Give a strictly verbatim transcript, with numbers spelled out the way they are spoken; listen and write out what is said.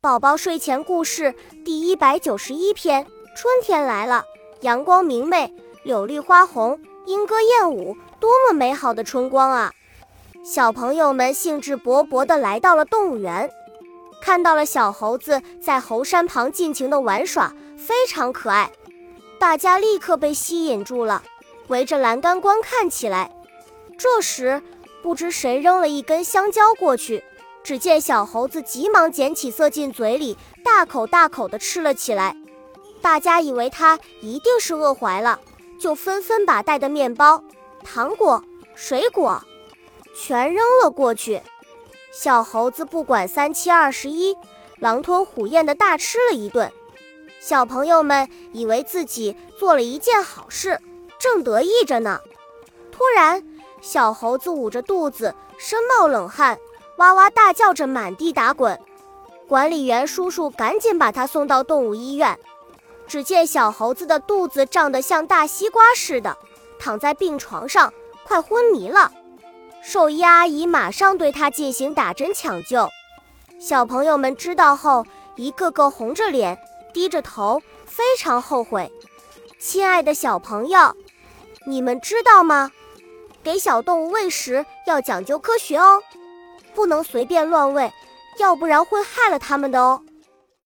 宝宝睡前故事第一百九十一篇：春天来了，阳光明媚，柳绿花红，莺歌燕舞，多么美好的春光啊！小朋友们兴致勃勃地来到了动物园，看到了小猴子在猴山旁尽情地玩耍，非常可爱。大家立刻被吸引住了，围着栏杆观看起来。这时，不知谁扔了一根香蕉过去，只见小猴子急忙捡起塞进嘴里，大口大口地吃了起来。大家以为它一定是饿坏了，就纷纷把带的面包、糖果、水果全扔了过去。小猴子不管三七二十一，狼吞虎咽地大吃了一顿。小朋友们以为自己做了一件好事，正得意着呢。突然，小猴子捂着肚子，身冒冷汗，哇哇大叫着满地打滚。管理员叔叔赶紧把他送到动物医院。只见小猴子的肚子胀得像大西瓜似的，躺在病床上，快昏迷了。兽医阿姨马上对他进行打针抢救。小朋友们知道后，一个个红着脸，低着头，非常后悔。亲爱的小朋友，你们知道吗？给小动物喂食要讲究科学哦，不能随便乱喂，要不然会害了它们的哦。